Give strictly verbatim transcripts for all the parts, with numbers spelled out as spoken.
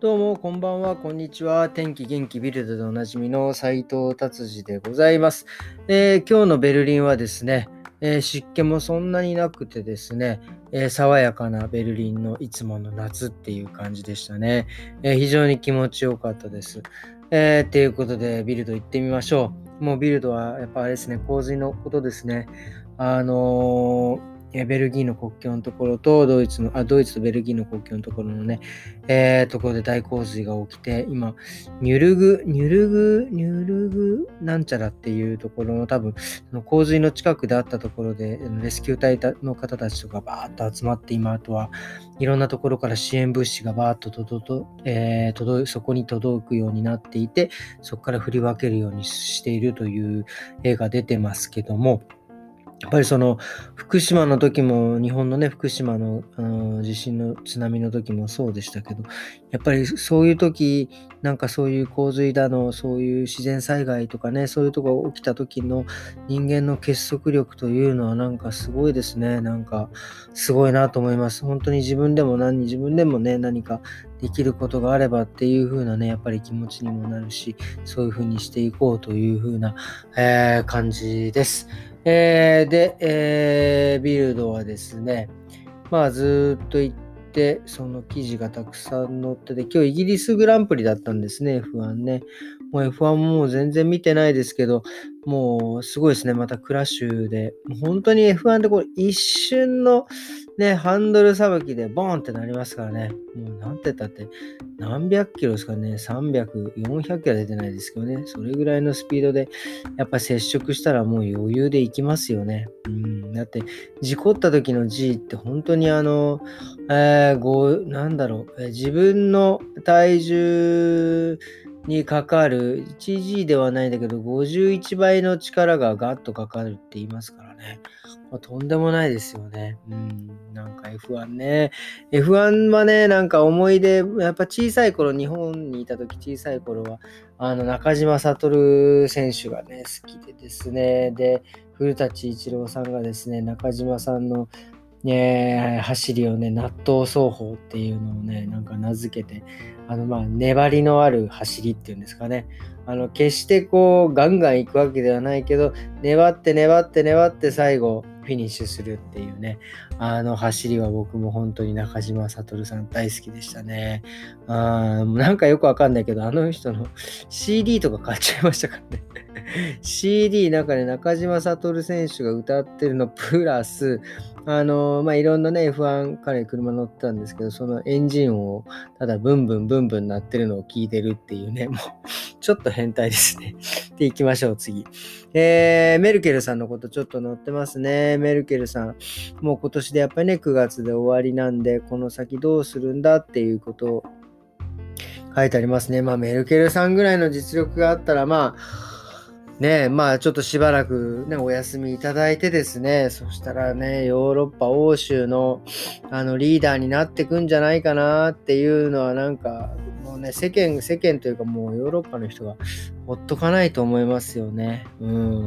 どうも、こんばんは、こんにちは。天気元気ビルドでおなじみの斉藤達治でございます。えー今日のベルリンはですね、えー湿気もそんなになくてですね、えー爽やかなベルリンのいつもの夏っていう感じでしたね。えー非常に気持ちよかったです。えー、っていうことで、ビルド行ってみましょう。もうビルドはやっぱあれですね、洪水のことですね。あのーえーベルギーの国境のところとドイツの、あ、ドイツとベルギーの国境のところのね、えー、ところで大洪水が起きて、今、ニュルグ、ニュルグ、ニュルグなんちゃらっていうところの多分、その洪水の近くであったところで、あのレスキュー隊の方たちとかバーッと集まって、今、あとはいろんなところから支援物資がバーッと届と、えー届いそこに届くようになっていて、そこから振り分けるようにしているという絵が出てますけども、やっぱりその福島の時も、日本のね、福島の、あの地震の津波の時もそうでしたけど、やっぱりそういう時、なんかそういう洪水だの、そういう自然災害とかね、そういうとこが起きた時の人間の結束力というのはなんかすごいですね。なんかすごいなと思います。本当に自分でも何、自分でもね、何かできることがあればっていう風なね、やっぱり気持ちにもなるし、そういう風にしていこうという風な、えー感じです。えーで、えービルドはですね、まあずーっと行って、その記事がたくさん載ってて、今日イギリスグランプリだったんですね、エフワン ね。もう エフワン ももう全然見てないですけど、もうすごいですね、またクラッシュで。もう本当に エフワン ってこれ一瞬のね、ハンドルさばきでボーンってなりますからね。もうなんて言ったって何百キロですかね、さんびゃく、よんひゃくキロは出てないですけどね、それぐらいのスピードでやっぱ接触したらもう余裕で行きますよね。うん、だって事故った時の G って本当にあの、えー、ごなんだろう、えー自分の体重にかかる いちジー ではないんだけどごじゅういちばいの力がガッとかかるって言いますからね。まあとんでもないですよね。うん、なんか エフワン ね。エフワン はね、なんか思い出、やっぱ小さい頃、日本にいた時小さい頃は、あの中島悟選手がね、好きでですね、で、古舘一郎さんがですね、中島さんの、ね、走りをね、納豆走法っていうのをね、なんか名付けて、あの、まあ、粘りのある走りっていうんですかね。あの、決してこう、ガンガン行くわけではないけど、粘って粘って粘って最後、フィニッシュするっていうね、あの走りは僕も本当に中島悟さん大好きでしたね。あーなんかよくわかんないけど、あの人の シーディー とか買っちゃいましたからね。シーディー なんかね、中島悟選手が歌ってるのプラス、あのまあ、いろんなね、エフワン、彼車乗ってたんですけど、そのエンジン音をただブンブンブンブン鳴ってるのを聞いてるっていうね、もうちょっと変態ですね。で、行きましょう、次。えー、メルケルさんのことちょっと載ってますね。メルケルさん。もう今年でやっぱりね、くがつで終わりなんで、この先どうするんだっていうことを書いてありますね。まあ、メルケルさんぐらいの実力があったら、まあ、ねえ、まあちょっとしばらくね、お休みいただいてですね、そしたらね、ヨーロッパ欧州のあのリーダーになってくんじゃないかなっていうのはなんか、もうね、世間、世間というかもうヨーロッパの人がほっとかないと思いますよね。うん、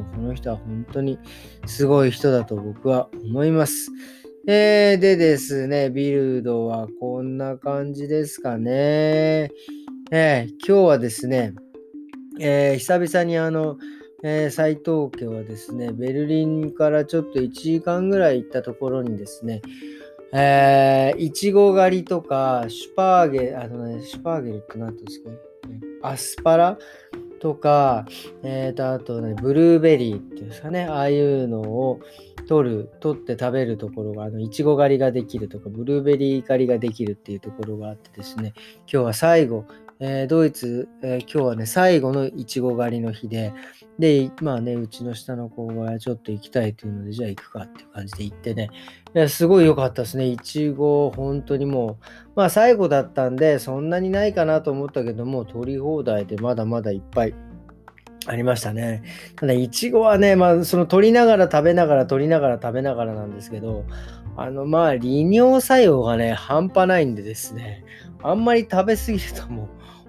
この人は本当にすごい人だと僕は思います。えー、でですね、ビルドはこんな感じですかね。えー、今日はですね、えー久々にあの、えー斉藤家はですね、ベルリンからちょっといちじかんぐらい行ったところにですね、えーいちご狩りとか、シュパーゲル、あのね、シュパーゲルって何て言うんですかね、アスパラとか、えーと、あとね、ブルーベリーっていうんですかね、ああいうのを取る、取って食べるところが、あの、いちご狩りができるとか、ブルーベリー狩りができるっていうところがあってですね、今日は最後、えードイツ、えー今日はね、最後のいちご狩りの日で、で、まあね、うちの下の子がちょっと行きたいというので、じゃあ行くかっていう感じで行ってね、いやすごい良かったですね。いちご、本当にもう、まあ最後だったんで、そんなにないかなと思ったけども、取り放題でまだまだいっぱいありましたね。ただ、いちごはね、まあ、その取りながら食べながら取りながら食べながらなんですけど、あの、まあ、利尿作用がね、半端ないんでですね、あんまり食べ過ぎるとも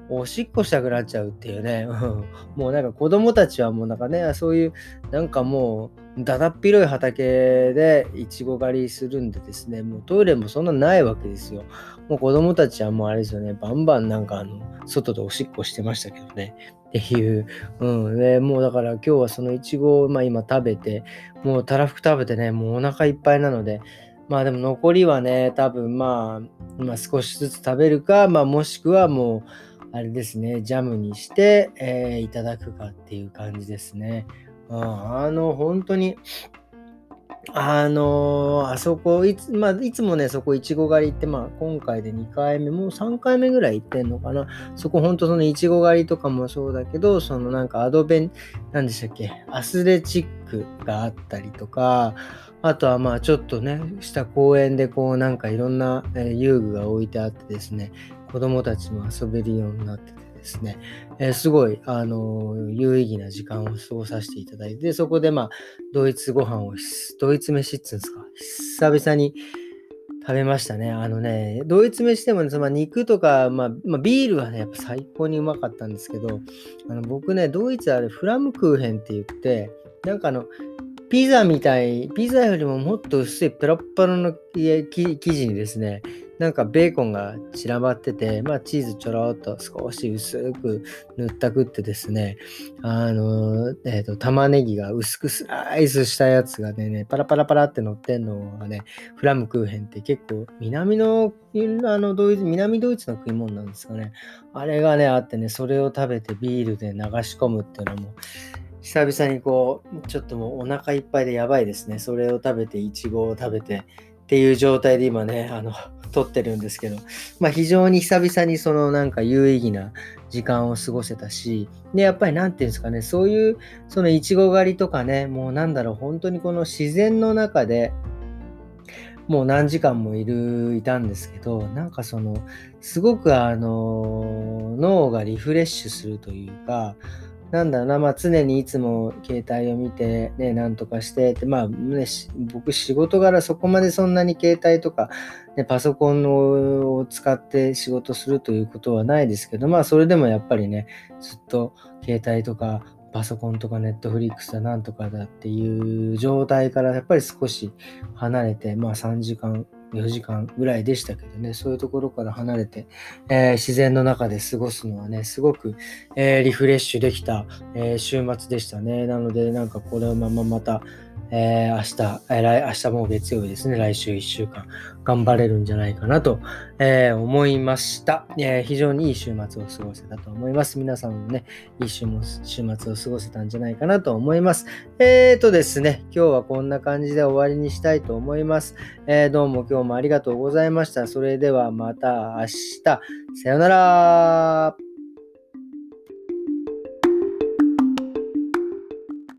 おしっこしたくなっちゃうっていうね。うん、もうなんか子供たちはもうなんかね、そういうなんかもうだだっ広い畑でいちご狩りするんでですね、もうトイレもそんなないわけですよ。もう子供たちはもうあれですよね、バンバンなんかあの、外でおしっこしてましたけどね。っていう。うん。で、もうだから今日はそのいちごをまあ今食べて、もうたらふく食べてね、もうお腹いっぱいなので、まあでも残りはね、多分まあ、まあ少しずつ食べるか、まあもしくはもう、あれですね、ジャムにして、えーいただくかっていう感じですね。うん、あの、本当に、あのーあそこ、いつ、まあ、いつもね、そこ、いちご狩りって、まあ、今回でにかいめ、もうさんかいめぐらい行ってんのかな。そこ、ほんと、その、いちご狩りとかもそうだけど、その、なんか、アドベン、なんでしたっけ、アスレチックがあったりとか、あとは、まあ、ちょっとね、した公園で、こう、なんか、いろんな、えー遊具が置いてあってですね、子供たちも遊べるようになっててですね、えーすごい、あのー有意義な時間を過ごさせていただいて、そこで、まあ、ドイツご飯を、ドイツ飯っつうんですか、久々に食べましたね。あのね、ドイツ飯でもね、そのまあ肉とか、まあ、まあ、ビールはね、やっぱ最高にうまかったんですけど、あの僕ね、ドイツあれ、フラムクーヘンって言って、なんかあの、ピザみたい、ピザよりももっと薄いペロッペロの生生地にですね、なんかベーコンが散らばってて、まあチーズちょろっと少し薄く塗ったくってですね、あの、えっと、玉ねぎが薄くスライスしたやつがね、ねパラパラパラって乗ってんのがね、フラムクーヘンって結構南の、あの、ドイツ、南ドイツの食い物なんですかね。あれがね、あってね、それを食べてビールで流し込むっていうのも、久々にこう、ちょっともうお腹いっぱいでやばいですね。それを食べて、いちごを食べてっていう状態で今ね、あの、撮ってるんですけど、まあ非常に久々にそのなんか有意義な時間を過ごせたし、で、やっぱりなんていうんですかね、そういう、そのいちご狩りとかね、もうなんだろう、本当にこの自然の中で、もう何時間もいる、いたんですけど、なんかその、すごくあの、脳がリフレッシュするというか、なんだろうな、まあ常にいつも携帯を見て、ね、なんとかしてって、まあね、し僕仕事柄そこまでそんなに携帯とか、ね、パソコンを使って仕事するということはないですけど、まあそれでもやっぱりね、ずっと携帯とかパソコンとかネットフリックスだなんとかだっていう状態からやっぱり少し離れて、まあさんじかん、よじかんぐらいでしたけどね、そういうところから離れて、えー自然の中で過ごすのはね、すごく、えーリフレッシュできた、えー週末でしたね。なので、なんかこれをまままた、えー明日、えー来明日もう月曜日ですね、来週いっしゅうかん頑張れるんじゃないかなと、えー思いました、えー非常にいい週末を過ごせたと思います。皆さんもね、いい週も週末を過ごせたんじゃないかなと思います。えーとですね、今日はこんな感じで終わりにしたいと思います。えーどうも今日もありがとうございました。それではまた明日。さよなら。